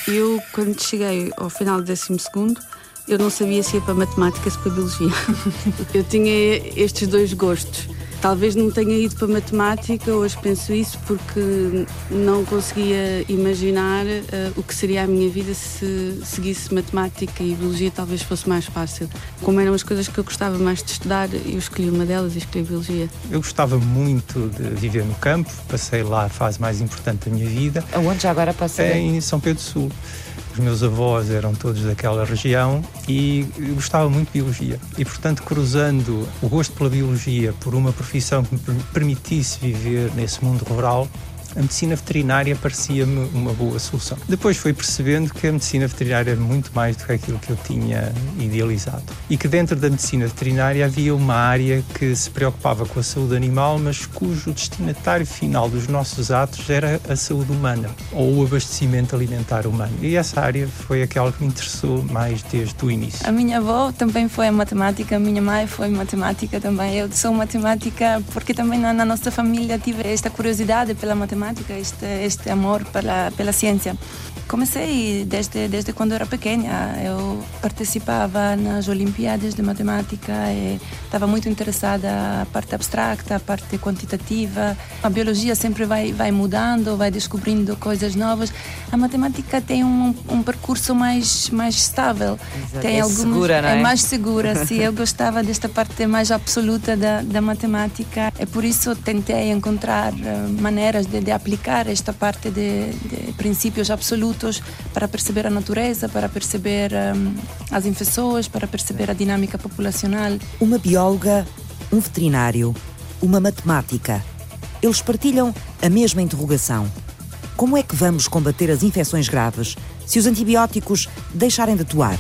Eu, quando cheguei ao final do 12º, eu não sabia se ia para matemática ou se para biologia. Eu tinha estes dois gostos. Talvez não tenha ido para matemática, hoje penso isso, porque não conseguia imaginar o que seria a minha vida se seguisse matemática e biologia, talvez fosse mais fácil. Como eram as coisas que eu gostava mais de estudar, eu escolhi uma delas e escolhi biologia. Eu gostava muito de viver no campo, passei lá a fase mais importante da minha vida. Aonde já agora passei? Em São Pedro do Sul. Os meus avós eram todos daquela região e eu gostava muito de biologia. E, portanto, cruzando o gosto pela biologia por uma profissão que me permitisse viver nesse mundo rural, a medicina veterinária parecia-me uma boa solução. Depois fui percebendo que a medicina veterinária era muito mais do que aquilo que eu tinha idealizado. E que dentro da medicina veterinária havia uma área que se preocupava com a saúde animal, mas cujo destinatário final dos nossos atos era a saúde humana, ou o abastecimento alimentar humano. E essa área foi aquela que me interessou mais desde o início. A minha avó também foi matemática, a minha mãe foi matemática também. Eu sou matemática porque também na nossa família tive esta curiosidade pela matemática, este amor pela ciência. Comecei desde quando era pequena. Eu participava nas Olimpíadas de Matemática e estava muito interessada na parte abstrata, a parte quantitativa. A biologia sempre vai mudando, vai descobrindo coisas novas. A matemática tem um percurso mais estável. Tem segura, não é? É mais segura, sim. Eu gostava desta parte mais absoluta da matemática. E por isso tentei encontrar maneiras de aplicar esta parte de princípios absolutos para perceber a natureza, para perceber as infecções, para perceber a dinâmica populacional. Uma bióloga, um veterinário, uma matemática. Eles partilham a mesma interrogação. Como é que vamos combater as infecções graves se os antibióticos deixarem de atuar?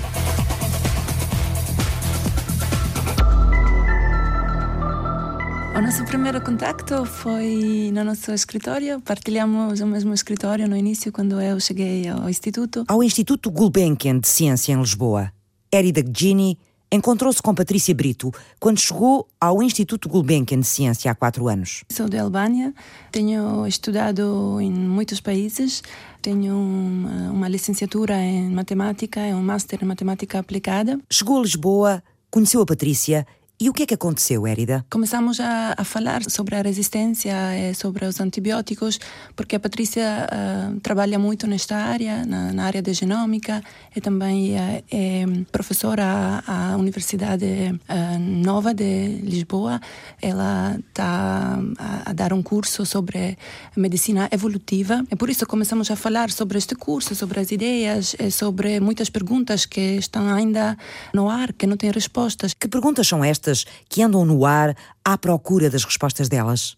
O nosso primeiro contacto foi no nosso escritório. Partilhamos o mesmo escritório no início, quando eu cheguei ao Instituto. Ao Instituto Gulbenkian de Ciência em Lisboa, Érida Gini encontrou-se com Patrícia Brito quando chegou ao Instituto Gulbenkian de Ciência há 4 anos. Sou de Albânia, tenho estudado em muitos países, tenho uma licenciatura em matemática e um master em matemática aplicada. Chegou a Lisboa, conheceu a Patrícia. E o que é que aconteceu, Érida? Começamos a falar sobre a resistência e sobre os antibióticos, porque a Patrícia trabalha muito nesta área, na área de genômica, e também é professora à Universidade Nova de Lisboa. Ela está a dar um curso sobre medicina evolutiva, e por isso começamos a falar sobre este curso, sobre as ideias e sobre muitas perguntas que estão ainda no ar, que não têm respostas. Que perguntas são estas que andam no ar à procura das respostas delas?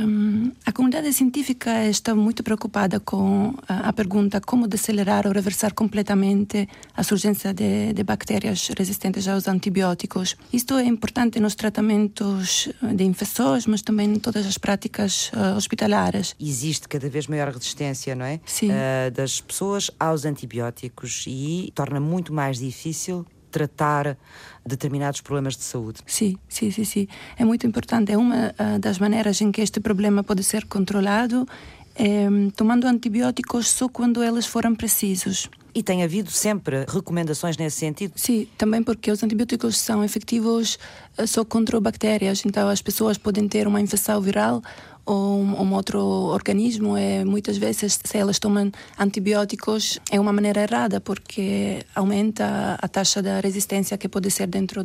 A comunidade científica está muito preocupada com a pergunta como decelerar ou reversar completamente a surgência de bactérias resistentes aos antibióticos. Isto é importante nos tratamentos de infecções, mas também em todas as práticas hospitalares. Existe cada vez maior resistência, não é? Sim. Das pessoas aos antibióticos e torna muito mais difícil tratar determinados problemas de saúde. Sim. É muito importante. É uma das maneiras em que este problema pode ser controlado, tomando antibióticos só quando eles forem precisos. E tem havido sempre recomendações nesse sentido? Sim, também porque os antibióticos são efetivos só contra bactérias. Então as pessoas podem ter uma infecção viral ou um outro organismo, e muitas vezes, se elas tomam antibióticos, é uma maneira errada, porque aumenta a taxa da resistência que pode ser dentro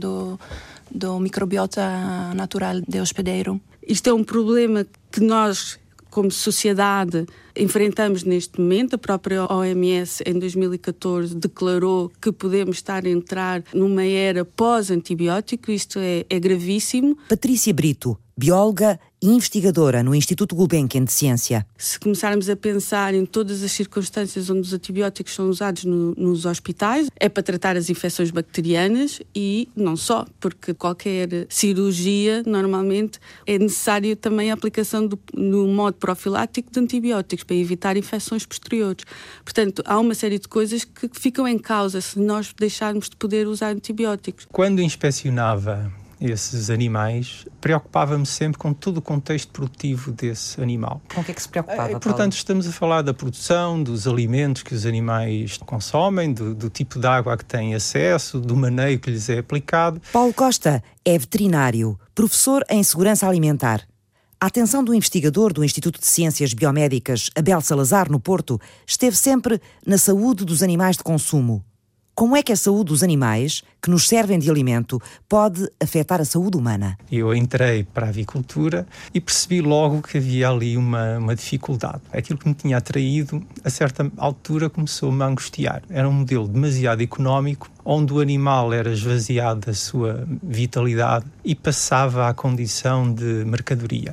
do microbiota natural de hospedeiro. Isto é um problema que nós, como sociedade, enfrentamos neste momento. A própria OMS, em 2014, declarou que podemos estar a entrar numa era pós-antibiótico. Isto é gravíssimo. Patrícia Brito, bióloga e investigadora no Instituto Gulbenkian de Ciência. Se começarmos a pensar em todas as circunstâncias onde os antibióticos são usados nos hospitais, é para tratar as infecções bacterianas e não só, porque qualquer cirurgia, normalmente, é necessário também a aplicação no modo profilático de antibióticos para evitar infecções posteriores. Portanto, há uma série de coisas que ficam em causa se nós deixarmos de poder usar antibióticos. Quando inspecionava esses animais, preocupava-me sempre com todo o contexto produtivo desse animal. Com o que é que se preocupava, Paulo? Portanto, estamos a falar da produção, dos alimentos que os animais consomem, do tipo de água a que têm acesso, do maneio que lhes é aplicado. Paulo Costa é veterinário, professor em segurança alimentar. A atenção do investigador do Instituto de Ciências Biomédicas, Abel Salazar, no Porto, esteve sempre na saúde dos animais de consumo. Como é que a saúde dos animais, que nos servem de alimento, pode afetar a saúde humana? Eu entrei para a avicultura e percebi logo que havia ali uma dificuldade. Aquilo que me tinha atraído, a certa altura, começou-me a angustiar. Era um modelo demasiado económico, onde o animal era esvaziado da sua vitalidade e passava à condição de mercadoria.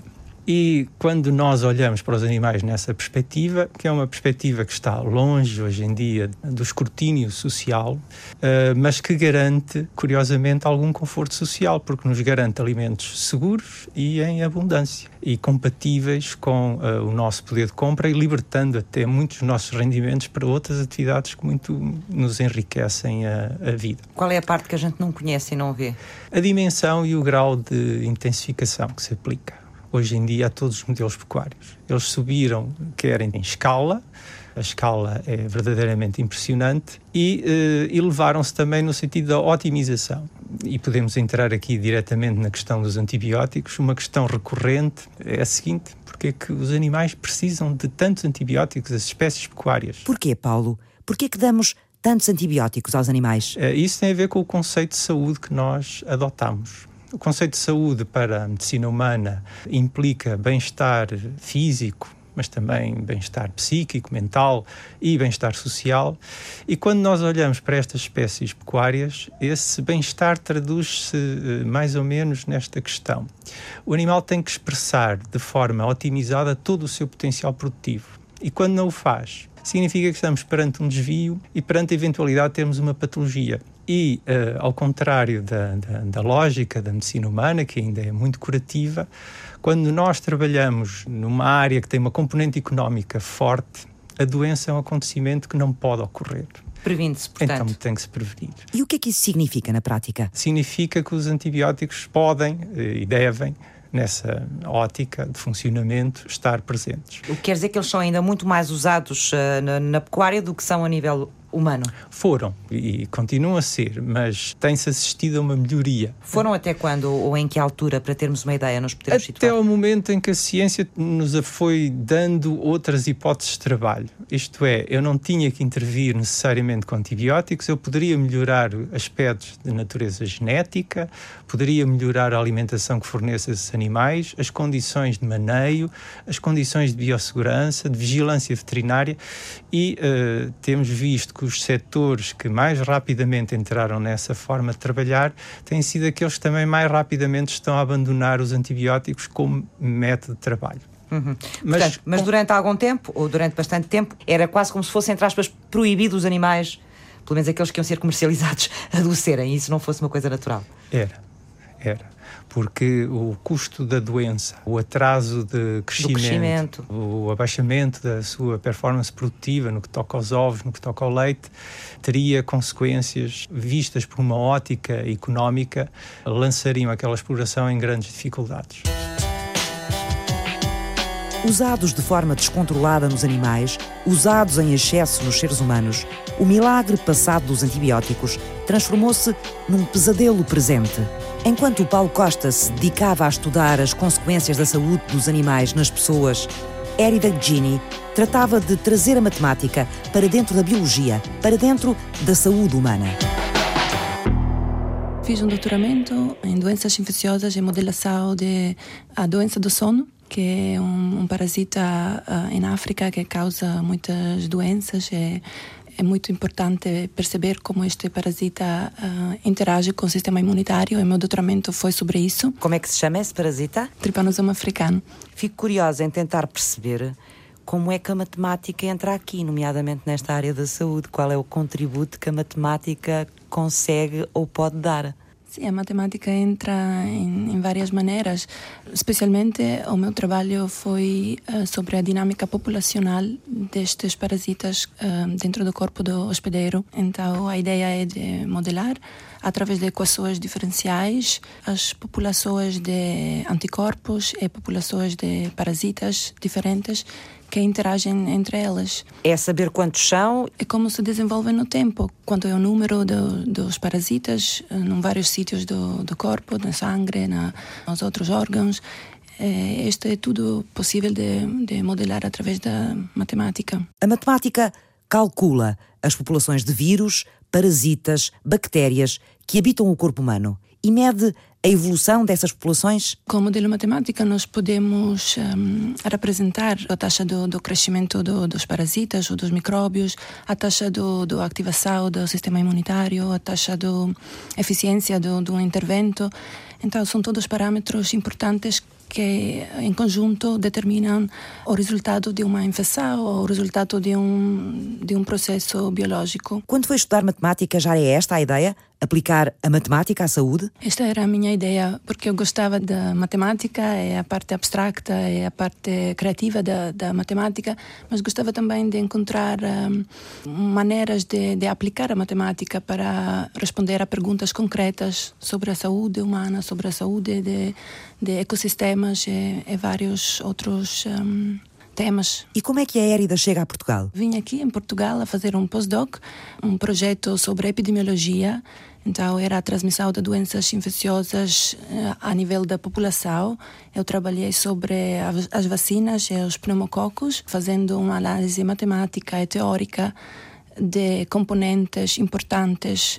E quando nós olhamos para os animais nessa perspectiva, que é uma perspectiva que está longe hoje em dia do escrutínio social, mas que garante, curiosamente, algum conforto social, porque nos garante alimentos seguros e em abundância, e compatíveis com o nosso poder de compra e libertando até muitos dos nossos rendimentos para outras atividades que muito nos enriquecem a vida. Qual é a parte que a gente não conhece e não vê? A dimensão e o grau de intensificação que se aplica hoje em dia a todos os modelos pecuários. Eles subiram, querem em escala, a escala é verdadeiramente impressionante, e elevaram-se também no sentido da otimização. E podemos entrar aqui diretamente na questão dos antibióticos. Uma questão recorrente é a seguinte: porque é que os animais precisam de tantos antibióticos, as espécies pecuárias? Porquê, Paulo? Porquê que damos tantos antibióticos aos animais? Isso tem a ver com o conceito de saúde que nós adotamos. O conceito de saúde para a medicina humana implica bem-estar físico, mas também bem-estar psíquico, mental e bem-estar social. E quando nós olhamos para estas espécies pecuárias, esse bem-estar traduz-se mais ou menos nesta questão. O animal tem que expressar de forma otimizada todo o seu potencial produtivo. E quando não o faz, significa que estamos perante um desvio e perante a eventualidade de termos uma patologia. E, ao contrário da lógica da medicina humana, que ainda é muito curativa, quando nós trabalhamos numa área que tem uma componente económica forte, a doença é um acontecimento que não pode ocorrer. Previne-se, portanto. Então tem que se prevenir. E o que é que isso significa na prática? Significa que os antibióticos podem e devem, nessa ótica de funcionamento, estar presentes. O que quer dizer que eles são ainda muito mais usados na pecuária do que são a nível humano? Foram e continuam a ser, mas tem-se assistido a uma melhoria. Foram até quando ou em que altura, para termos uma ideia, nos podemos situar? Até ao momento em que a ciência nos foi dando outras hipóteses de trabalho. Isto é, eu não tinha que intervir necessariamente com antibióticos, eu poderia melhorar aspectos de natureza genética, poderia melhorar a alimentação que fornece a esses animais, as condições de maneio, as condições de biossegurança, de vigilância veterinária, e temos visto que os setores que mais rapidamente entraram nessa forma de trabalhar têm sido aqueles que também mais rapidamente estão a abandonar os antibióticos como método de trabalho. Uhum. Mas durante algum tempo, ou durante bastante tempo, era quase como se fosse, entre aspas, proibido os animais, pelo menos aqueles que iam ser comercializados, adoecerem, e isso não fosse uma coisa natural. Era. Porque o custo da doença, o atraso de crescimento, o abaixamento da sua performance produtiva no que toca aos ovos, no que toca ao leite, teria consequências vistas por uma ótica económica, lançariam aquela exploração em grandes dificuldades. Usados de forma descontrolada nos animais, usados em excesso nos seres humanos, o milagre passado dos antibióticos transformou-se num pesadelo presente. Enquanto o Paulo Costa se dedicava a estudar as consequências da saúde dos animais nas pessoas, Erida Gini tratava de trazer a matemática para dentro da biologia, para dentro da saúde humana. Fiz um doutoramento em doenças infecciosas e modelação da doença do sono, que é um parasita em África que causa muitas doenças. É muito importante perceber como este parasita interage com o sistema imunitário, e o meu doutoramento foi sobre isso. Como é que se chama esse parasita? Trypanosoma africano. Fico curiosa em tentar perceber como é que a matemática entra aqui, nomeadamente nesta área da saúde. Qual é o contributo que a matemática consegue ou pode dar? Sim, a matemática entra em várias maneiras. Especialmente o meu trabalho foi sobre a dinâmica populacional destes parasitas dentro do corpo do hospedeiro. Então a ideia é de modelar através de equações diferenciais as populações de anticorpos e populações de parasitas diferentes que interagem entre elas. É saber quantos são. É como se desenvolvem no tempo, quanto é o número dos parasitas em vários sítios do corpo, na sangue, nos outros órgãos. Isto é tudo possível de modelar através da matemática. A matemática calcula as populações de vírus, parasitas, bactérias que habitam o corpo humano e mede a evolução dessas populações. Com o modelo matemática nós podemos representar a taxa do crescimento dos parasitas ou dos micróbios, a taxa da ativação do sistema imunitário, a taxa da eficiência do intervento. Então são todos parâmetros importantes que em conjunto determinam o resultado de uma infecção ou o resultado de um processo biológico. Quando foi estudar matemática, já é esta a ideia? Aplicar a matemática à saúde? Esta era a minha ideia, porque eu gostava da matemática, é a parte abstracta, é a parte criativa da matemática, mas gostava também de encontrar maneiras de aplicar a matemática para responder a perguntas concretas sobre a saúde humana, sobre a saúde de ecossistemas e vários outros temas. E como é que a Érida chega a Portugal? Vim aqui em Portugal a fazer um postdoc, um projeto sobre epidemiologia. Então era a transmissão de doenças infecciosas a nível da população. Eu trabalhei sobre as vacinas e os pneumococos, fazendo uma análise matemática e teórica de componentes importantes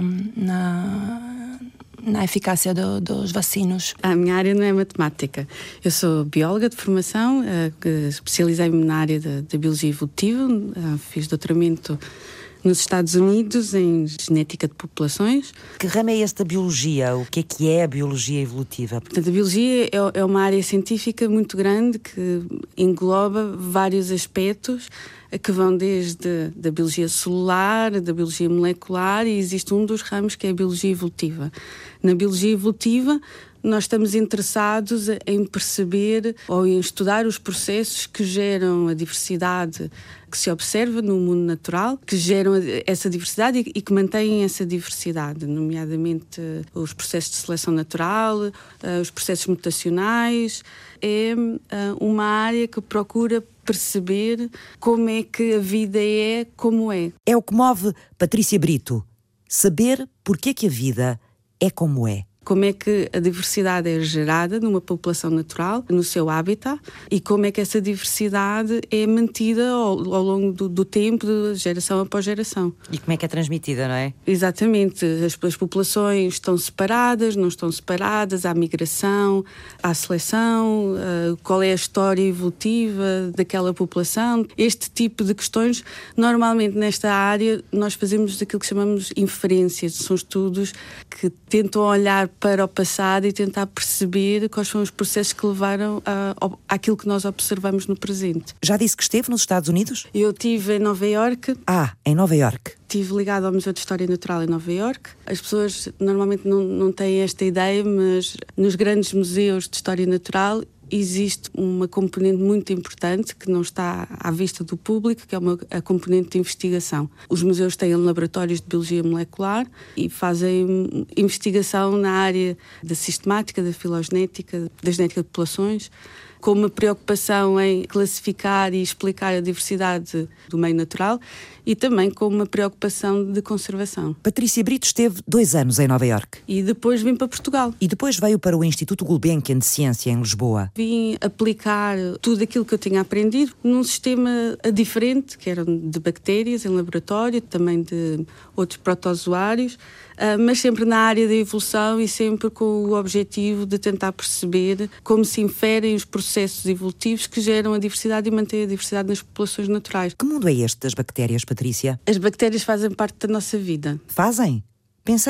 na eficácia dos vacinos. A minha área não é matemática. Eu sou bióloga de formação, especializei-me na área da biologia evolutiva, fiz doutoramento nos Estados Unidos em genética de populações. Que ramo é esse da biologia? O que é a biologia evolutiva? Portanto, a biologia é uma área científica muito grande que engloba vários aspectos que vão desde da biologia celular, da biologia molecular, e existe um dos ramos que é a biologia evolutiva. Na biologia evolutiva, nós estamos interessados em perceber ou em estudar os processos que geram a diversidade que se observa no mundo natural, que geram essa diversidade e que mantêm essa diversidade, nomeadamente os processos de seleção natural, os processos mutacionais. É uma área que procura perceber como é que a vida é como é. É o que move Patrícia Brito. Saber porque que a vida é como é. Como é que a diversidade é gerada numa população natural, no seu habitat, e como é que essa diversidade é mantida ao longo do tempo, de geração após geração. E como é que é transmitida, não é? Exatamente. As populações estão separadas, não estão separadas, há migração, há seleção, qual é a história evolutiva daquela população. Este tipo de questões, normalmente nesta área, nós fazemos aquilo que chamamos inferências. São estudos que tentam olhar para o passado e tentar perceber quais foram os processos que levaram àquilo que nós observamos no presente. Já disse que esteve nos Estados Unidos? Eu estive em Nova Iorque. Em Nova Iorque. Estive ligado ao Museu de História Natural em Nova Iorque. As pessoas normalmente não têm esta ideia, mas nos grandes museus de História Natural existe uma componente muito importante que não está à vista do público, que é a componente de investigação. Os museus têm laboratórios de biologia molecular e fazem investigação na área da sistemática, da filogenética, da genética de populações, com uma preocupação em classificar e explicar a diversidade do meio natural e também com uma preocupação de conservação. Patrícia Brito esteve 2 anos em Nova Iorque. E depois vim para Portugal. E depois veio para o Instituto Gulbenkian de Ciência, em Lisboa. Vim aplicar tudo aquilo que eu tinha aprendido num sistema diferente, que era de bactérias em laboratório, também de outros protozoários, mas sempre na área da evolução e sempre com o objetivo de tentar perceber como se inferem os processos evolutivos que geram a diversidade e mantêm a diversidade nas populações naturais. Que mundo é este das bactérias, Patrícia? As bactérias fazem parte da nossa vida. Fazem? Pensei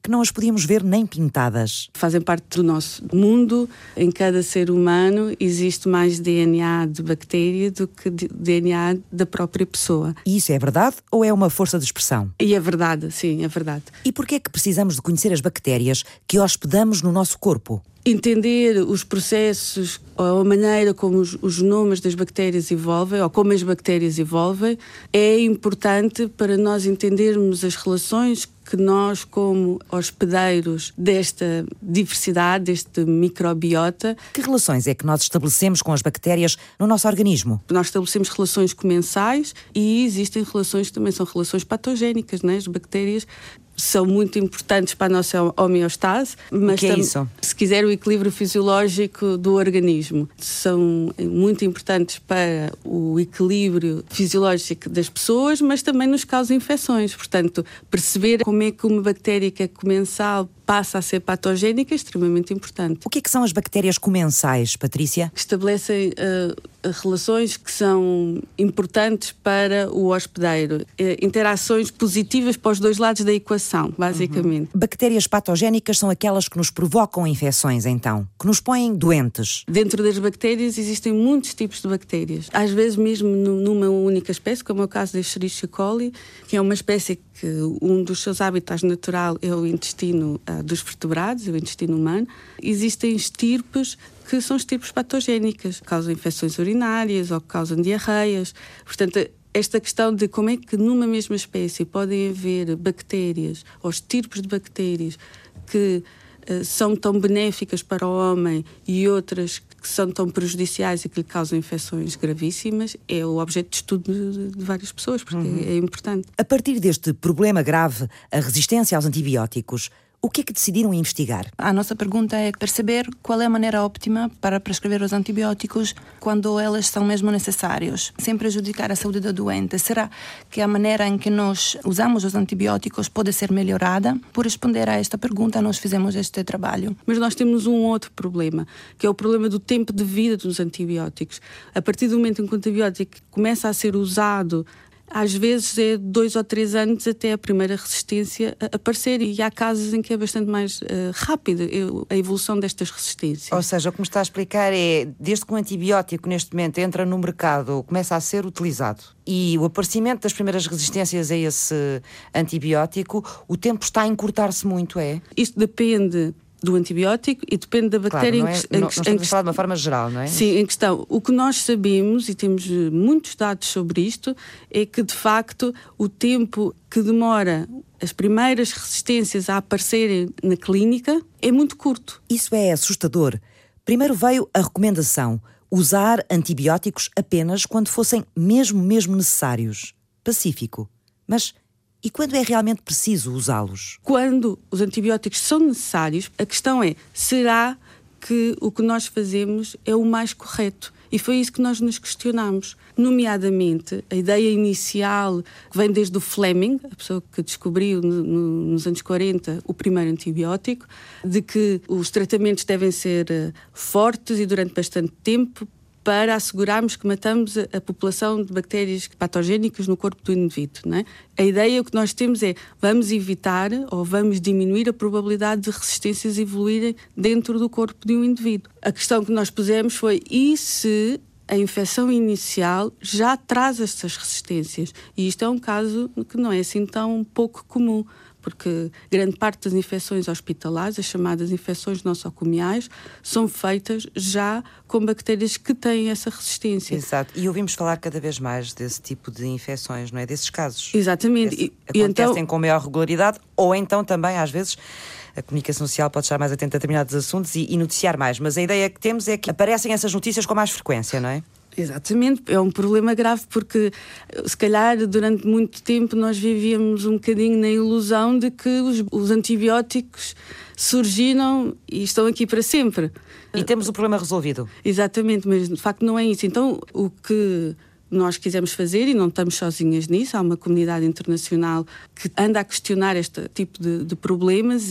que não as podíamos ver nem pintadas. Fazem parte do nosso mundo. Em cada ser humano existe mais DNA de bactéria do que DNA da própria pessoa. E isso é verdade ou é uma força de expressão? E é verdade, sim, é verdade. E porquê é que precisamos de conhecer as bactérias que hospedamos no nosso corpo? Entender os processos ou a maneira como os genomas das bactérias evolvem ou como as bactérias evolvem é importante para nós entendermos as relações que nós, como hospedeiros desta diversidade, deste microbiota... Que relações é que nós estabelecemos com as bactérias no nosso organismo? Nós estabelecemos relações comensais e existem relações que também são relações patogénicas, né? As bactérias são muito importantes para a nossa homeostase, mas o que é isso? Se quiser, o equilíbrio fisiológico do organismo. São muito importantes para o equilíbrio fisiológico das pessoas, mas também nos causam infecções. Portanto, perceber como é que uma bactéria que é comensal passa a ser patogénica é extremamente importante. O que é que são as bactérias comensais, Patrícia? Estabelecem relações que são importantes para o hospedeiro. Interações positivas para os dois lados da equação, basicamente. Bactérias patogénicas são aquelas que nos provocam infecções, então, que nos põem doentes. Dentro das bactérias existem muitos tipos de bactérias. Às vezes mesmo numa única espécie, como é o caso da Escherichia coli, que é uma espécie que um dos seus hábitats natural é o intestino dos vertebrados, o intestino humano. Existem estirpes que são estirpes patogénicas, que causam infecções urinárias ou que causam diarreias. Portanto, esta questão de como é que numa mesma espécie podem haver bactérias ou estirpes de bactérias que são tão benéficas para o homem e outras que são tão prejudiciais e que lhe causam infecções gravíssimas, é o objeto de estudo de várias pessoas, porque é importante. A partir deste problema grave, a resistência aos antibióticos, o que é que decidiram investigar? A nossa pergunta é perceber qual é a maneira óptima para prescrever os antibióticos quando eles são mesmo necessários, sem prejudicar a saúde do doente. Será que a maneira em que nós usamos os antibióticos pode ser melhorada? Por responder a esta pergunta, nós fizemos este trabalho. Mas nós temos um outro problema, que é o problema do tempo de vida dos antibióticos. A partir do momento em que o antibiótico começa a ser usado, às vezes é 2 ou 3 anos até a primeira resistência aparecer, e há casos em que é bastante mais rápida a evolução destas resistências. Ou seja, o que me está a explicar é, desde que um antibiótico neste momento entra no mercado, começa a ser utilizado, e o aparecimento das primeiras resistências a esse antibiótico, o tempo está a encurtar-se muito, é? Isto depende do antibiótico e depende da bactéria claro, não estamos a falar de uma forma geral, não é? Sim, em questão. O que nós sabemos, e temos muitos dados sobre isto, é que, de facto, o tempo que demora as primeiras resistências a aparecerem na clínica é muito curto. Isso é assustador. Primeiro veio a recomendação: usar antibióticos apenas quando fossem mesmo necessários. Pacífico. Mas e quando é realmente preciso usá-los? Quando os antibióticos são necessários, a questão é, será que o que nós fazemos é o mais correto? E foi isso que nós nos questionámos. Nomeadamente, a ideia inicial, que vem desde o Fleming, a pessoa que descobriu nos anos 40 o primeiro antibiótico, de que os tratamentos devem ser fortes e durante bastante tempo, para assegurarmos que matamos a população de bactérias patogénicas no corpo do indivíduo, não é? A ideia que nós temos é, vamos evitar ou vamos diminuir a probabilidade de resistências evoluírem dentro do corpo de um indivíduo. A questão que nós pusemos foi, e se a infecção inicial já traz estas resistências? E isto é um caso que não é assim tão pouco comum, porque grande parte das infecções hospitalares, as chamadas infecções nosocomiais, são feitas já com bactérias que têm essa resistência. Exato, e ouvimos falar cada vez mais desse tipo de infecções, não é? Desses casos. Exatamente. Acontecem então com maior regularidade, ou então também, às vezes, a comunicação social pode estar mais atenta a determinados assuntos e noticiar mais, mas a ideia que temos é que aparecem essas notícias com mais frequência, não é? Exatamente, é um problema grave porque se calhar durante muito tempo nós vivíamos um bocadinho na ilusão de que os antibióticos surgiram e estão aqui para sempre. E temos o problema resolvido. Exatamente, mas de facto não é isso. Então o que nós quisemos fazer, e não estamos sozinhas nisso, há uma comunidade internacional que anda a questionar este tipo de problemas,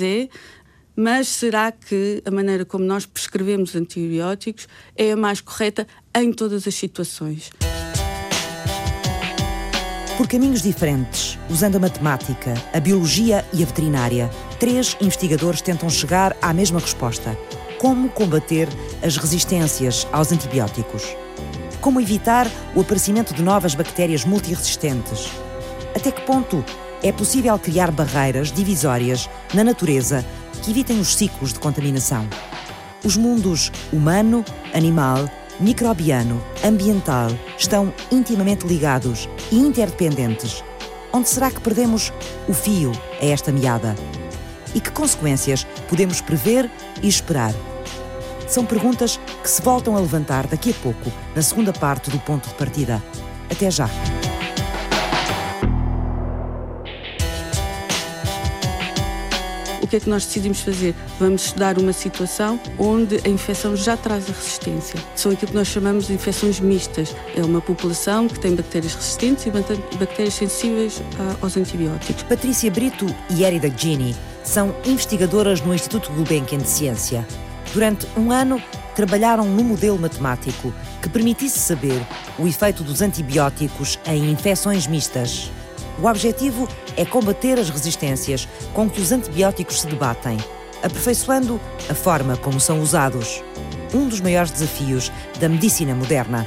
mas será que a maneira como nós prescrevemos antibióticos é a mais correta em todas as situações? Por caminhos diferentes, usando a matemática, a biologia e a veterinária, 3 investigadores tentam chegar à mesma resposta: como combater as resistências aos antibióticos? Como evitar o aparecimento de novas bactérias multiresistentes? Até que ponto é possível criar barreiras divisórias na natureza que evitem os ciclos de contaminação? Os mundos humano, animal, microbiano, ambiental estão intimamente ligados e interdependentes. Onde será que perdemos o fio a esta meada? E que consequências podemos prever e esperar? São perguntas que se voltam a levantar daqui a pouco, na segunda parte do Ponto de Partida. Até já! O que é que nós decidimos fazer? Vamos estudar uma situação onde a infecção já traz a resistência. São aquilo que nós chamamos de infecções mistas. É uma população que tem bactérias resistentes e bactérias sensíveis aos antibióticos. Patrícia Brito e Érida Gini são investigadoras no Instituto Gulbenkian de Ciência. Durante um ano, trabalharam num modelo matemático que permitisse saber o efeito dos antibióticos em infecções mistas. O objetivo é combater as resistências com que os antibióticos se debatem, aperfeiçoando a forma como são usados. Um dos maiores desafios da medicina moderna.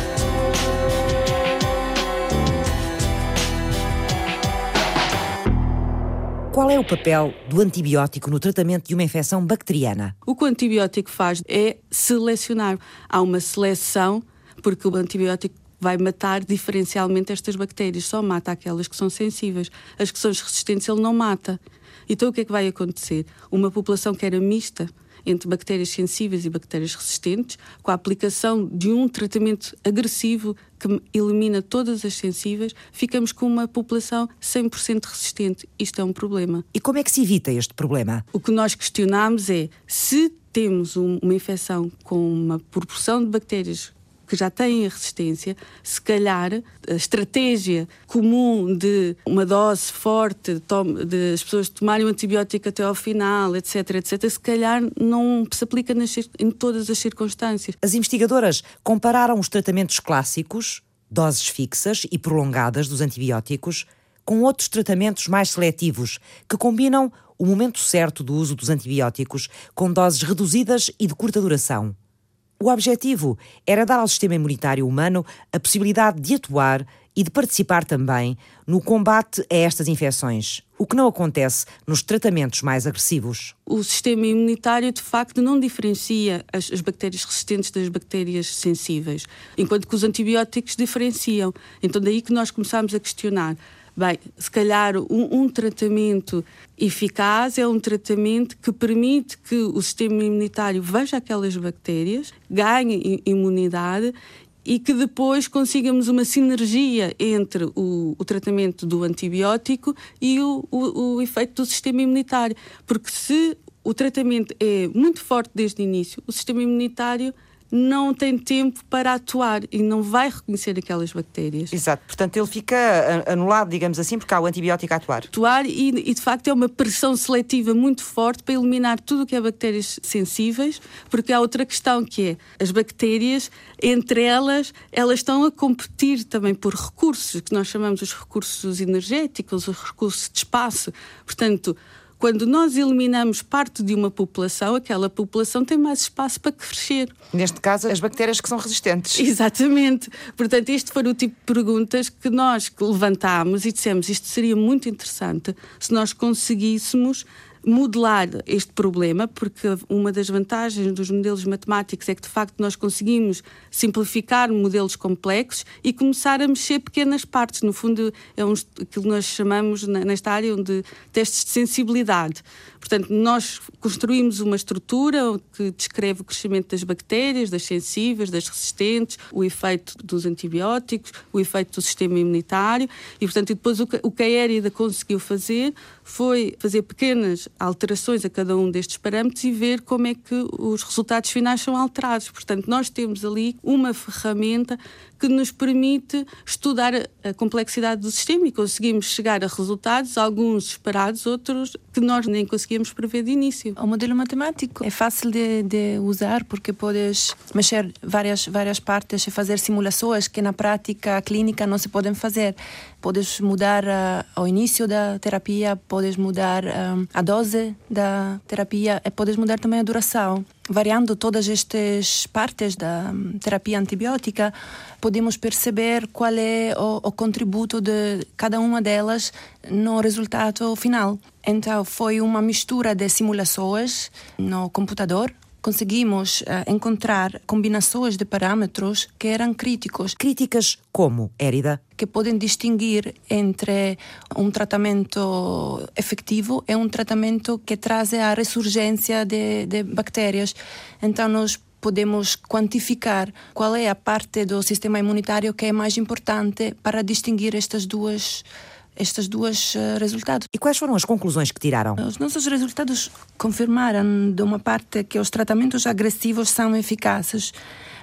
Qual é o papel do antibiótico no tratamento de uma infecção bacteriana? O que o antibiótico faz é selecionar. Há uma seleção, porque o antibiótico vai matar diferencialmente estas bactérias. Só mata aquelas que são sensíveis. As que são resistentes ele não mata. Então o que é que vai acontecer? Uma população que era mista entre bactérias sensíveis e bactérias resistentes, com a aplicação de um tratamento agressivo que elimina todas as sensíveis, ficamos com uma população 100% resistente. Isto é um problema. E como é que se evita este problema? O que nós questionamos é se temos uma infecção com uma proporção de bactérias que já têm a resistência, se calhar a estratégia comum de uma dose forte, de as pessoas tomarem o antibiótico até ao final, etc., se calhar não se aplica em todas as circunstâncias. As investigadoras compararam os tratamentos clássicos, doses fixas e prolongadas dos antibióticos, com outros tratamentos mais seletivos, que combinam o momento certo do uso dos antibióticos com doses reduzidas e de curta duração. O objetivo era dar ao sistema imunitário humano a possibilidade de atuar e de participar também no combate a estas infecções, o que não acontece nos tratamentos mais agressivos. O sistema imunitário, de facto, não diferencia as bactérias resistentes das bactérias sensíveis, enquanto que os antibióticos diferenciam. Então daí que nós começámos a questionar. Bem, se calhar um tratamento eficaz é um tratamento que permite que o sistema imunitário veja aquelas bactérias, ganhe imunidade e que depois consigamos uma sinergia entre o tratamento do antibiótico e o efeito do sistema imunitário. Porque se o tratamento é muito forte desde o início, o sistema imunitário não tem tempo para atuar e não vai reconhecer aquelas bactérias. Exato, portanto ele fica anulado, digamos assim, porque há o antibiótico a atuar. E de facto é uma pressão seletiva muito forte para eliminar tudo o que é bactérias sensíveis, porque há outra questão que é, as bactérias, entre elas estão a competir também por recursos, que nós chamamos os recursos energéticos, os recursos de espaço. Portanto, quando nós eliminamos parte de uma população, aquela população tem mais espaço para crescer. Neste caso, as bactérias que são resistentes. Exatamente. Portanto, este foi o tipo de perguntas que nós levantámos e dissemos isto seria muito interessante se nós conseguíssemos modelar este problema, porque uma das vantagens dos modelos matemáticos é que, de facto, nós conseguimos simplificar modelos complexos e começar a mexer pequenas partes. No fundo, é aquilo que nós chamamos, nesta área, de testes de sensibilidade. Portanto, nós construímos uma estrutura que descreve o crescimento das bactérias, das sensíveis, das resistentes, o efeito dos antibióticos, o efeito do sistema imunitário e, portanto, depois o que a Érida conseguiu fazer foi fazer pequenas alterações a cada um destes parâmetros e ver como é que os resultados finais são alterados. Portanto, nós temos ali uma ferramenta que nos permite estudar a complexidade do sistema e conseguimos chegar a resultados, alguns esperados, outros que nós nem conseguíamos prever de início. O modelo matemático é fácil de usar porque podes mexer várias partes e fazer simulações que na prática clínica não se podem fazer. Podes mudar ao início da terapia, podes mudar a dose dose da terapia e podes mudar também a duração. Variando todas estas partes da terapia antibiótica, podemos perceber qual é o contributo de cada uma delas no resultado final. Então, foi uma mistura de simulações no computador. Conseguimos encontrar combinações de parâmetros que eram críticos. Críticas como, Érida? Que podem distinguir entre um tratamento efetivo e um tratamento que traz a ressurgência de bactérias. Então, nós podemos quantificar qual é a parte do sistema imunitário que é mais importante para distinguir estes dois resultados. E quais foram as conclusões que tiraram? Os nossos resultados confirmaram, de uma parte, que os tratamentos agressivos são eficazes,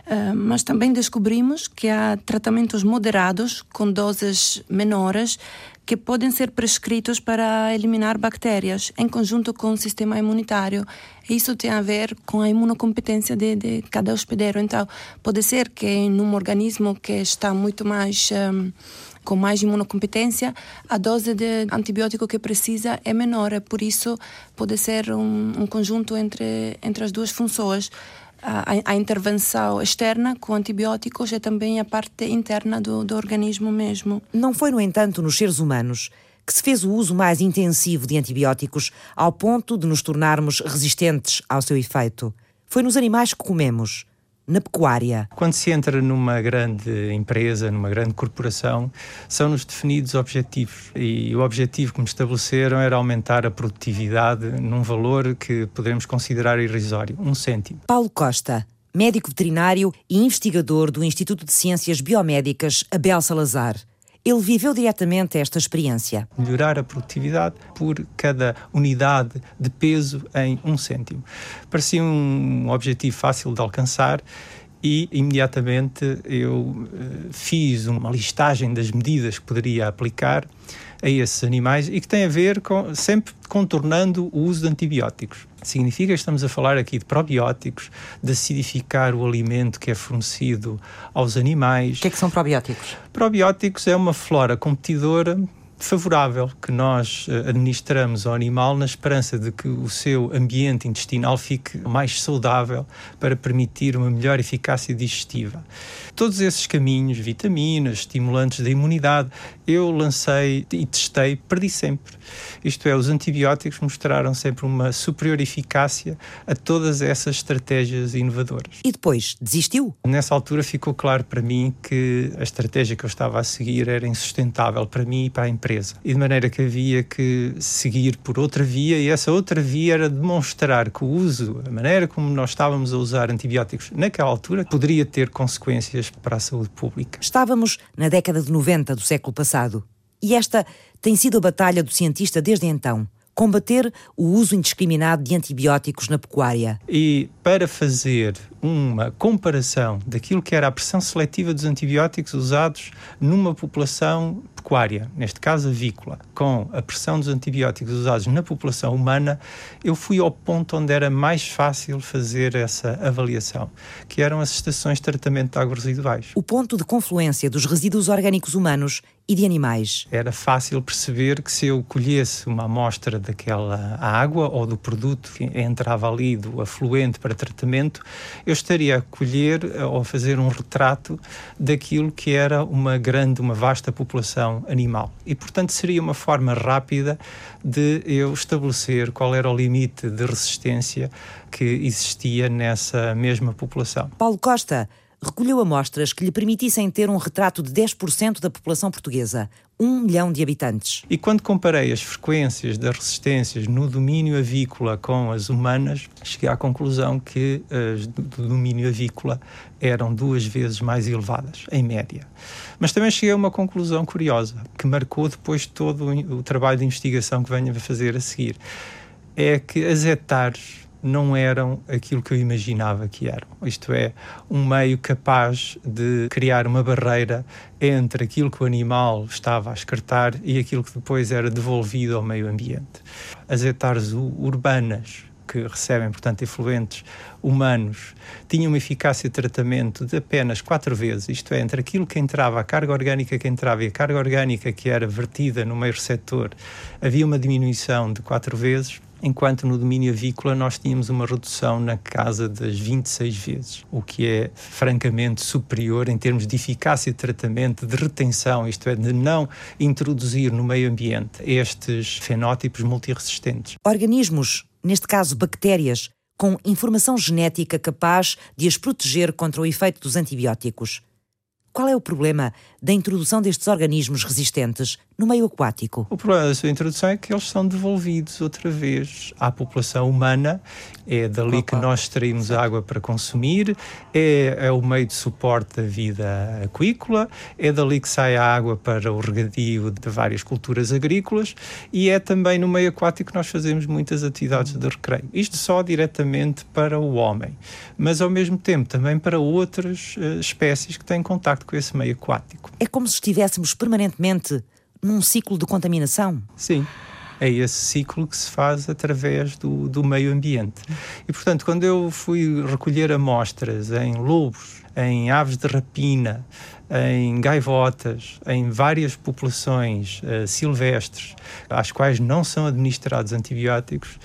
mas também descobrimos que há tratamentos moderados, com doses menores, que podem ser prescritos para eliminar bactérias, em conjunto com o sistema imunitário. E isso tem a ver com a imunocompetência de cada hospedeiro. Então, pode ser que num organismo que está muito mais... com mais imunocompetência, a dose de antibiótico que precisa é menor. Por isso, pode ser um conjunto entre as duas funções. A intervenção externa com antibióticos é também a parte interna do organismo mesmo. Não foi, no entanto, nos seres humanos que se fez o uso mais intensivo de antibióticos ao ponto de nos tornarmos resistentes ao seu efeito. Foi nos animais que comemos. Na pecuária. Quando se entra numa grande empresa, numa grande corporação, são-nos definidos objetivos. E o objetivo que me estabeleceram era aumentar a produtividade num valor que poderemos considerar irrisório, 1 cêntimo. Paulo Costa, médico veterinário e investigador do Instituto de Ciências Biomédicas Abel Salazar. Ele viveu diretamente esta experiência. Melhorar a produtividade por cada unidade de peso em 1 cêntimo. Parecia um objetivo fácil de alcançar e imediatamente eu fiz uma listagem das medidas que poderia aplicar a esses animais e que tem a ver com sempre contornando o uso de antibióticos. Significa que estamos a falar aqui de probióticos, de acidificar o alimento que é fornecido aos animais. O que é que são probióticos? Probióticos é uma flora competidora favorável que nós administramos ao animal na esperança de que o seu ambiente intestinal fique mais saudável para permitir uma melhor eficácia digestiva. Todos esses caminhos, vitaminas, estimulantes da imunidade, eu lancei e testei, perdi sempre. Isto é, os antibióticos mostraram sempre uma superior eficácia a todas essas estratégias inovadoras. E depois, desistiu? Nessa altura ficou claro para mim que a estratégia que eu estava a seguir era insustentável para mim e para a empresa. E de maneira que havia que seguir por outra via, e essa outra via era demonstrar que o uso, a maneira como nós estávamos a usar antibióticos naquela altura, poderia ter consequências para a saúde pública. Estávamos na década de 90 do século passado. E esta tem sido a batalha do cientista desde então. Combater o uso indiscriminado de antibióticos na pecuária. E para fazer uma comparação daquilo que era a pressão seletiva dos antibióticos usados numa população pecuária, neste caso avícola, com a pressão dos antibióticos usados na população humana, eu fui ao ponto onde era mais fácil fazer essa avaliação, que eram as estações de tratamento de águas residuais. O ponto de confluência dos resíduos orgânicos humanos e de animais. Era fácil perceber que se eu colhesse uma amostra daquela água ou do produto que entrava ali do afluente para tratamento, eu estaria a colher ou a fazer um retrato daquilo que era uma vasta população animal. E, portanto, seria uma forma rápida de eu estabelecer qual era o limite de resistência que existia nessa mesma população. Paulo Costa recolheu amostras que lhe permitissem ter um retrato de 10% da população portuguesa, 1 milhão de habitantes. E quando comparei as frequências das resistências no domínio avícola com as humanas, cheguei à conclusão que as do domínio avícola eram 2 vezes mais elevadas, em média. Mas também cheguei a uma conclusão curiosa, que marcou depois todo o trabalho de investigação que venho a fazer a seguir. É que as hectares não eram aquilo que eu imaginava que eram. Isto é, um meio capaz de criar uma barreira entre aquilo que o animal estava a excretar e aquilo que depois era devolvido ao meio ambiente. As hectares urbanas, que recebem, portanto, efluentes humanos, tinham uma eficácia de tratamento de apenas 4 vezes, isto é, entre aquilo que entrava, a carga orgânica que entrava e a carga orgânica que era vertida no meio receptor, havia uma diminuição de 4 vezes. enquanto no domínio avícola nós tínhamos uma redução na casa das 26 vezes, o que é francamente superior em termos de eficácia de tratamento, de retenção, isto é, de não introduzir no meio ambiente estes fenótipos multiresistentes. Organismos, neste caso bactérias, com informação genética capaz de as proteger contra o efeito dos antibióticos. Qual é o problema da introdução destes organismos resistentes no meio aquático? O problema da sua introdução é que eles são devolvidos outra vez à população humana. É dali que nós extraímos a água para consumir, é o meio de suporte da vida aquícola, é dali que sai a água para o regadio de várias culturas agrícolas e é também no meio aquático que nós fazemos muitas atividades de recreio. Isto só diretamente para o homem, mas ao mesmo tempo também para outras espécies que têm contacto com esse meio aquático. É como se estivéssemos permanentemente num ciclo de contaminação? Sim. É esse ciclo que se faz através do meio ambiente. E, portanto, quando eu fui recolher amostras em lobos, em aves de rapina, em gaivotas, em várias populações silvestres, às quais não são administrados antibióticos,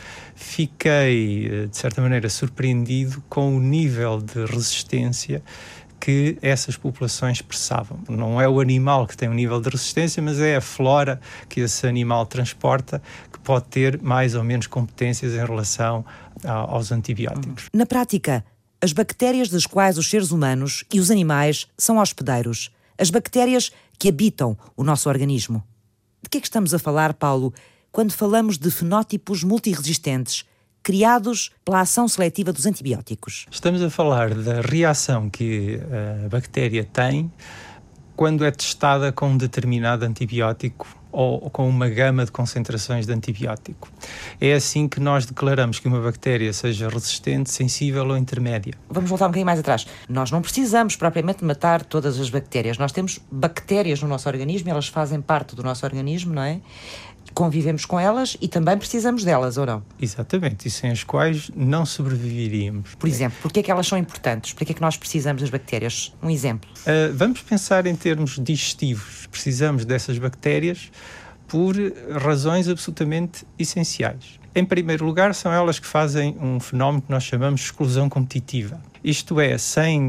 fiquei, de certa maneira, surpreendido com o nível de resistência que essas populações expressavam. Não é o animal que tem um nível de resistência, mas é a flora que esse animal transporta que pode ter mais ou menos competências em relação aos antibióticos. Na prática, as bactérias das quais os seres humanos e os animais são hospedeiros, as bactérias que habitam o nosso organismo. De que é que estamos a falar, Paulo, quando falamos de fenótipos multiresistentes criados pela ação seletiva dos antibióticos? Estamos a falar da reação que a bactéria tem quando é testada com um determinado antibiótico ou com uma gama de concentrações de antibiótico. É assim que nós declaramos que uma bactéria seja resistente, sensível ou intermédia. Vamos voltar um bocadinho mais atrás. Nós não precisamos propriamente matar todas as bactérias. Nós temos bactérias no nosso organismo, elas fazem parte do nosso organismo, não é? Convivemos com elas e também precisamos delas, ou não? Exatamente, e sem as quais não sobreviveríamos. Por exemplo, porquê é que elas são importantes? Porquê é que nós precisamos das bactérias? Um exemplo. Vamos pensar em termos digestivos. Precisamos dessas bactérias por razões absolutamente essenciais. Em primeiro lugar, são elas que fazem um fenómeno que nós chamamos de exclusão competitiva. Isto é, sem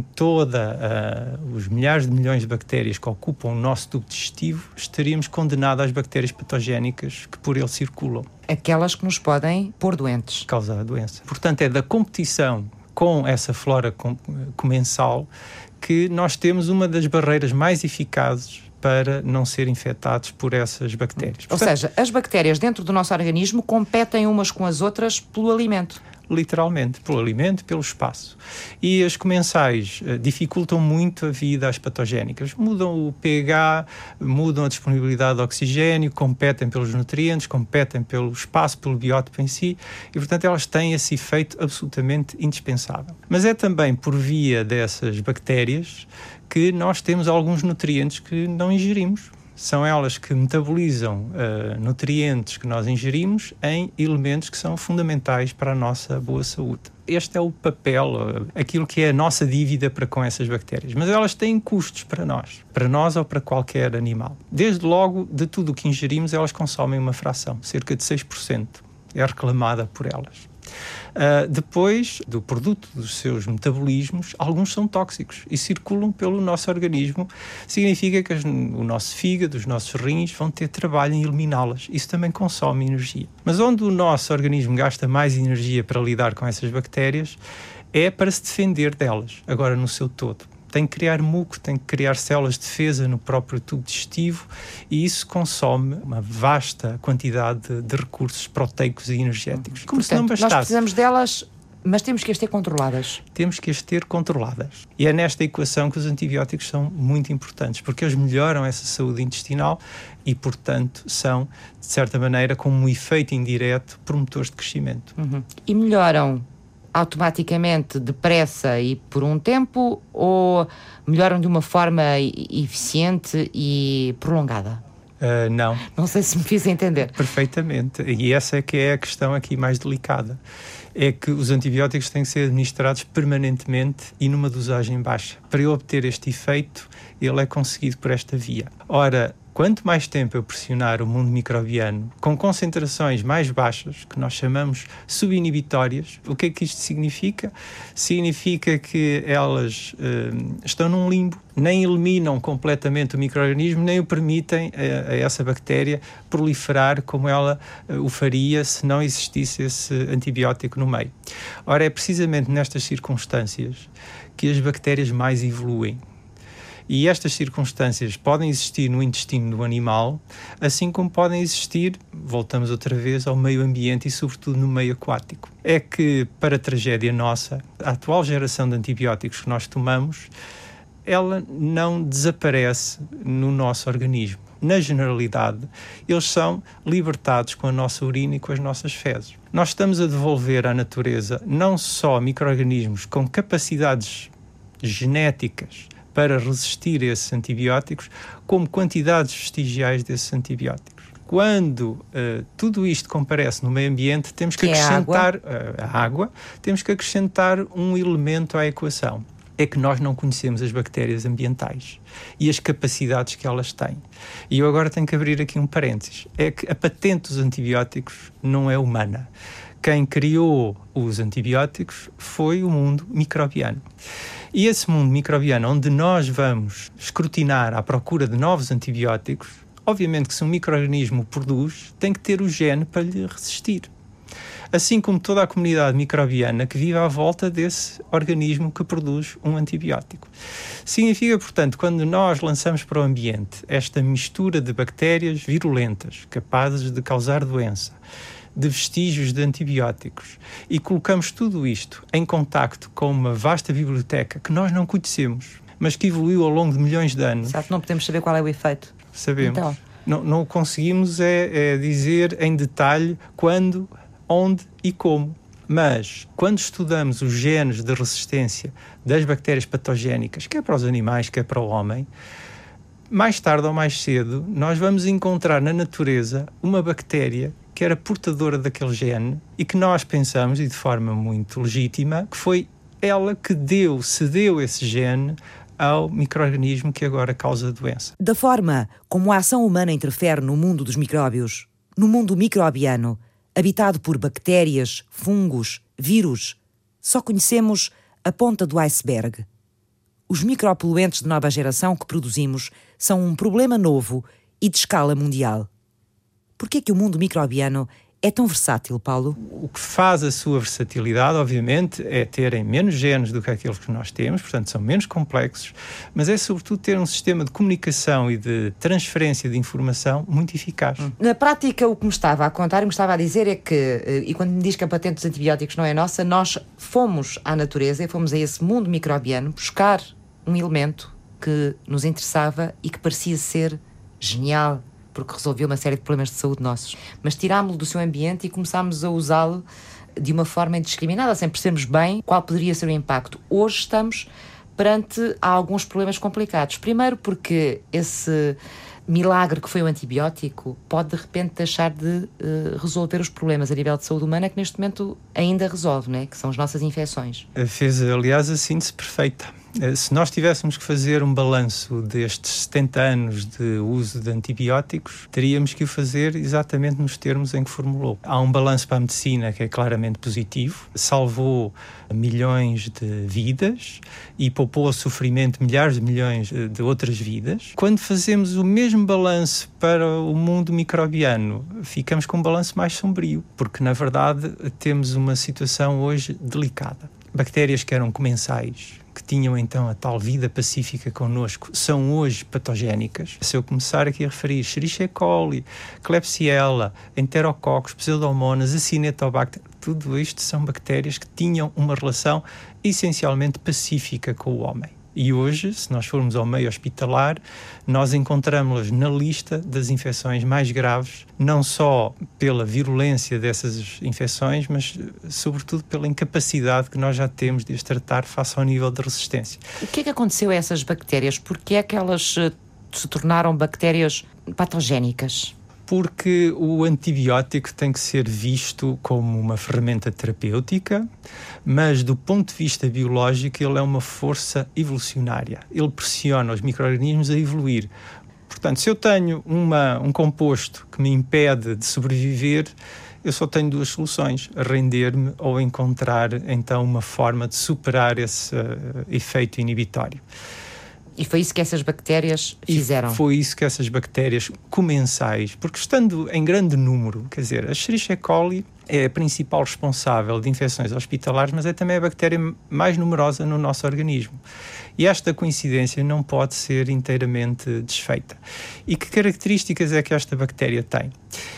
os milhares de milhões de bactérias que ocupam o nosso tubo digestivo, estaríamos condenados às bactérias patogénicas que por ele circulam. Aquelas que nos podem pôr doentes. Causar a doença. Portanto, é da competição com essa flora comensal que nós temos uma das barreiras mais eficazes para não ser infectados por essas bactérias. Ou seja, as bactérias dentro do nosso organismo competem umas com as outras pelo alimento. Literalmente, pelo alimento, pelo espaço. E as comensais dificultam muito a vida às patogénicas. Mudam o pH, mudam a disponibilidade de oxigênio, competem pelos nutrientes, competem pelo espaço, pelo biótipo em si, e, portanto, elas têm esse efeito absolutamente indispensável. Mas é também por via dessas bactérias que nós temos alguns nutrientes que não ingerimos. São elas que metabolizam nutrientes que nós ingerimos em elementos que são fundamentais para a nossa boa saúde. Este é o papel, aquilo que é a nossa dívida para com essas bactérias. Mas elas têm custos para nós ou para qualquer animal. Desde logo, de tudo o que ingerimos, elas consomem uma fração, cerca de 6%. É reclamada por elas. Depois do produto dos seus metabolismos, alguns são tóxicos e circulam pelo nosso organismo. Significa que o nosso fígado, os nossos rins vão ter trabalho em eliminá-las. Isso também consome energia. Mas onde o nosso organismo gasta mais energia para lidar com essas bactérias é para se defender delas, agora no seu todo. Tem que criar muco, tem que criar células de defesa no próprio tubo digestivo e isso consome uma vasta quantidade de recursos proteicos e energéticos. Como Portanto, se não bastasse. nós precisamos delas, mas temos que as ter controladas. Temos que as ter controladas. E é nesta equação que os antibióticos são muito importantes, porque eles melhoram essa saúde intestinal e, portanto, são, de certa maneira, como um efeito indireto, promotores de crescimento. E melhoram automaticamente, depressa e por um tempo, ou melhoram de uma forma eficiente e prolongada? Não. Não sei se me fiz entender. Perfeitamente. E essa é que é a questão aqui mais delicada. É que os antibióticos têm que ser administrados permanentemente e numa dosagem baixa. Para eu obter este efeito, ele é conseguido por esta via. Ora, Quanto mais tempo eu pressionar o mundo microbiano com concentrações mais baixas, que nós chamamos subinibitórias, o que é que isto significa? Significa que elas estão num limbo, nem eliminam completamente o micro-organismo, nem o permitem a essa bactéria proliferar como ela o faria se não existisse esse antibiótico no meio. Ora, é precisamente nestas circunstâncias que as bactérias mais evoluem. E estas circunstâncias podem existir no intestino do animal, assim como podem existir, voltamos outra vez, ao meio ambiente e sobretudo no meio aquático. É que, para a tragédia nossa, a atual geração de antibióticos que nós tomamos, ela não desaparece no nosso organismo. Na generalidade, eles são libertados com a nossa urina e com as nossas fezes. Nós estamos a devolver à natureza não só micro-organismos com capacidades genéticas para resistir a esses antibióticos, como quantidades vestigiais desses antibióticos. Quando tudo isto comparece no meio ambiente, temos que acrescentar a água, temos que acrescentar um elemento à equação. É que nós não conhecemos as bactérias ambientais e as capacidades que elas têm. E eu agora tenho que abrir aqui um parênteses. É que a patente dos antibióticos não é humana. Quem criou os antibióticos foi o mundo microbiano. E esse mundo microbiano, onde nós vamos escrutinar à procura de novos antibióticos, obviamente que se um micro-organismo o produz, tem que ter o gene para lhe resistir. Assim como toda a comunidade microbiana que vive à volta desse organismo que produz um antibiótico. Significa, portanto, quando nós lançamos para o ambiente esta mistura de bactérias virulentas, capazes de causar doença, de vestígios de antibióticos, e colocamos tudo isto em contacto com uma vasta biblioteca que nós não conhecemos, mas que evoluiu ao longo de milhões de anos. Exato, não podemos saber qual é o efeito. Sabemos. Então. Não conseguimos dizer em detalhe quando, onde e como. Mas, quando estudamos os genes de resistência das bactérias patogénicas, quer para os animais, quer para o homem, mais tarde ou mais cedo, nós vamos encontrar na natureza uma bactéria que era portadora daquele gene e que nós pensamos, e de forma muito legítima, que foi ela que cedeu esse gene ao micro-organismo que agora causa a doença. Da forma como a ação humana interfere no mundo dos micróbios, no mundo microbiano, habitado por bactérias, fungos, vírus, só conhecemos a ponta do iceberg. Os micropoluentes de nova geração que produzimos são um problema novo e de escala mundial. Por que é que o mundo microbiano é tão versátil, Paulo? O que faz a sua versatilidade, obviamente, é terem menos genes do que aqueles que nós temos, portanto são menos complexos, mas é sobretudo ter um sistema de comunicação e de transferência de informação muito eficaz. Na prática, o que me estava a contar e me estava a dizer é que, e quando me diz que a patente dos antibióticos não é nossa, nós fomos à natureza e fomos a esse mundo microbiano buscar um elemento que nos interessava e que parecia ser genial, porque resolveu uma série de problemas de saúde nossos. Mas tirámo-lo do seu ambiente e começámos a usá-lo de uma forma indiscriminada, sem percebermos bem qual poderia ser o impacto. Hoje estamos perante alguns problemas complicados. Primeiro porque esse milagre que foi o antibiótico pode de repente deixar de resolver os problemas a nível de saúde humana que neste momento ainda resolve, não é? Que são as nossas infecções. Fez, aliás, a síntese perfeita. Se nós tivéssemos que fazer um balanço destes 70 anos de uso de antibióticos, teríamos que o fazer exatamente nos termos em que formulou. Há um balanço para a medicina que é claramente positivo, salvou milhões de vidas e poupou ao sofrimento milhares de milhões de outras vidas. Quando fazemos o mesmo balanço para o mundo microbiano, ficamos com um balanço mais sombrio, porque na verdade temos uma situação hoje delicada. Bactérias que eram comensais, que tinham então a tal vida pacífica connosco, são hoje patogénicas. Se eu começar aqui a referir Escherichia coli, Klebsiella, Enterococcus, Pseudomonas, Acinetobacter, tudo isto são bactérias que tinham uma relação essencialmente pacífica com o homem. E hoje, se nós formos ao meio hospitalar, nós encontramos-las na lista das infecções mais graves, não só pela virulência dessas infecções, mas sobretudo pela incapacidade que nós já temos de as tratar face ao nível de resistência. O que é que aconteceu a essas bactérias? Porque é que elas se tornaram bactérias patogénicas? Porque o antibiótico tem que ser visto como uma ferramenta terapêutica, mas do ponto de vista biológico ele é uma força evolucionária. Ele pressiona os micro-organismos a evoluir. Portanto, se eu tenho um composto que me impede de sobreviver, eu só tenho duas soluções: render-me ou encontrar então uma forma de superar esse efeito inibitório. E foi isso que essas bactérias fizeram? E foi isso que essas bactérias comensais, porque estando em grande número, quer dizer, a Escherichia coli é a principal responsável de infecções hospitalares, mas é também a bactéria mais numerosa no nosso organismo. E esta coincidência não pode ser inteiramente desfeita. E que características é que esta bactéria tem?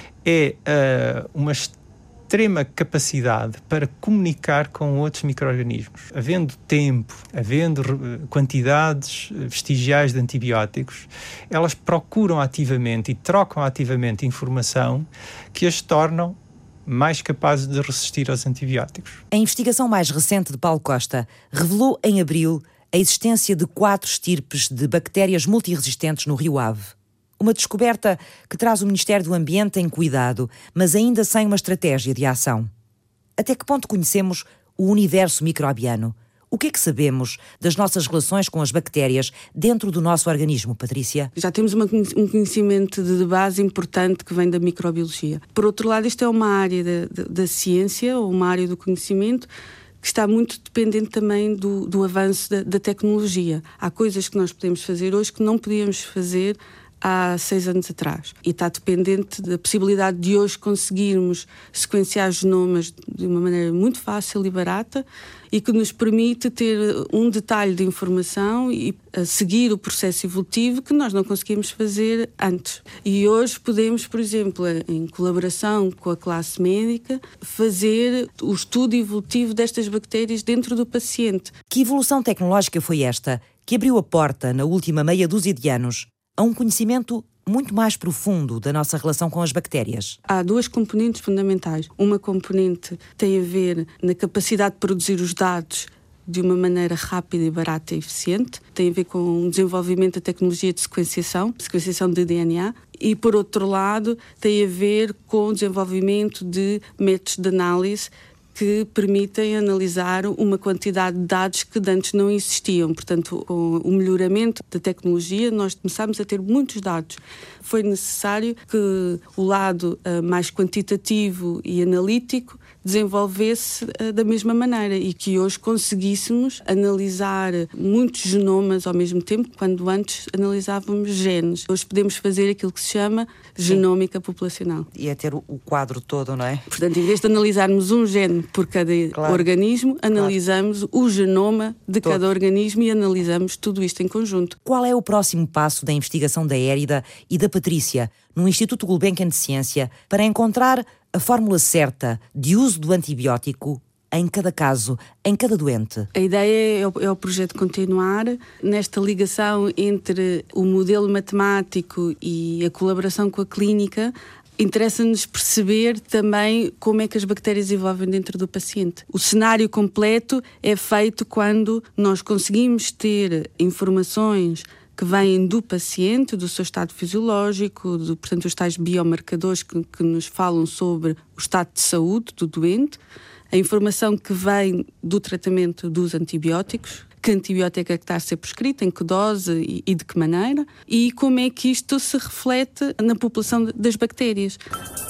É uma extrema capacidade para comunicar com outros micro-organismos. Havendo tempo, havendo quantidades vestigiais de antibióticos, elas procuram ativamente e trocam ativamente informação que as tornam mais capazes de resistir aos antibióticos. A investigação mais recente de Paulo Costa revelou em abril a existência de 4 estirpes de bactérias multiresistentes no Rio Ave. Uma descoberta que traz o Ministério do Ambiente em cuidado, mas ainda sem uma estratégia de ação. Até que ponto conhecemos o universo microbiano? O que é que sabemos das nossas relações com as bactérias dentro do nosso organismo, Patrícia? Já temos um conhecimento de base importante que vem da microbiologia. Por outro lado, isto é uma área da ciência, ou uma área do conhecimento, que está muito dependente também do avanço da tecnologia. Há coisas que nós podemos fazer hoje que não podíamos fazer há 6 anos atrás. E está dependente da possibilidade de hoje conseguirmos sequenciar genomas de uma maneira muito fácil e barata e que nos permite ter um detalhe de informação e seguir o processo evolutivo que nós não conseguimos fazer antes. E hoje podemos, por exemplo, em colaboração com a classe médica, fazer o estudo evolutivo destas bactérias dentro do paciente. Que evolução tecnológica foi esta que abriu a porta, na última meia dúzia de anos, a um conhecimento muito mais profundo da nossa relação com as bactérias? Há 2 componentes fundamentais. Uma componente tem a ver na capacidade de produzir os dados de uma maneira rápida e barata e eficiente. Tem a ver com o desenvolvimento da tecnologia de sequenciação de DNA. E, por outro lado, tem a ver com o desenvolvimento de métodos de análise que permitem analisar uma quantidade de dados que antes não existiam. Portanto, com o melhoramento da tecnologia, nós começámos a ter muitos dados. Foi necessário que o lado mais quantitativo e analítico desenvolvesse da mesma maneira e que hoje conseguíssemos analisar muitos genomas ao mesmo tempo, quando antes analisávamos genes. Hoje podemos fazer aquilo que se chama genómica populacional. E é ter o quadro todo, não é? Portanto, em vez de analisarmos um gene por cada organismo, analisamos o genoma de cada organismo e analisamos tudo isto em conjunto. Qual é o próximo passo da investigação da Érida e da Patrícia no Instituto Gulbenkian de Ciência para encontrar a fórmula certa de uso do antibiótico em cada caso, em cada doente? A ideia é o projeto continuar nesta ligação entre o modelo matemático e a colaboração com a clínica. Interessa-nos perceber também como é que as bactérias evolvem dentro do paciente. O cenário completo é feito quando nós conseguimos ter informações que vêm do paciente, do seu estado fisiológico, portanto, os tais biomarcadores que nos falam sobre o estado de saúde do doente, a informação que vem do tratamento dos antibióticos, que antibiótico é que está a ser prescrito, em que dose e de que maneira, e como é que isto se reflete na população das bactérias.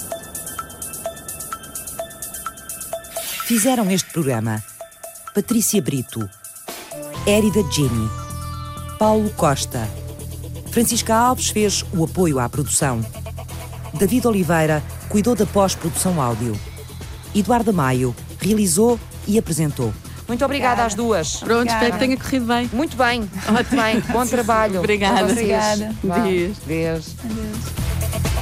Fizeram este programa Patrícia Brito, Érida Gini, Paulo Costa. Francisca Alves fez o apoio à produção. David Oliveira cuidou da pós-produção áudio. Eduardo Maio realizou e apresentou. Muito obrigada às duas. Pronto, espero que tenha corrido bem. Muito bem. Muito bem. Bom trabalho. Obrigada. Obrigada. Beijo. Beijo. Adeus.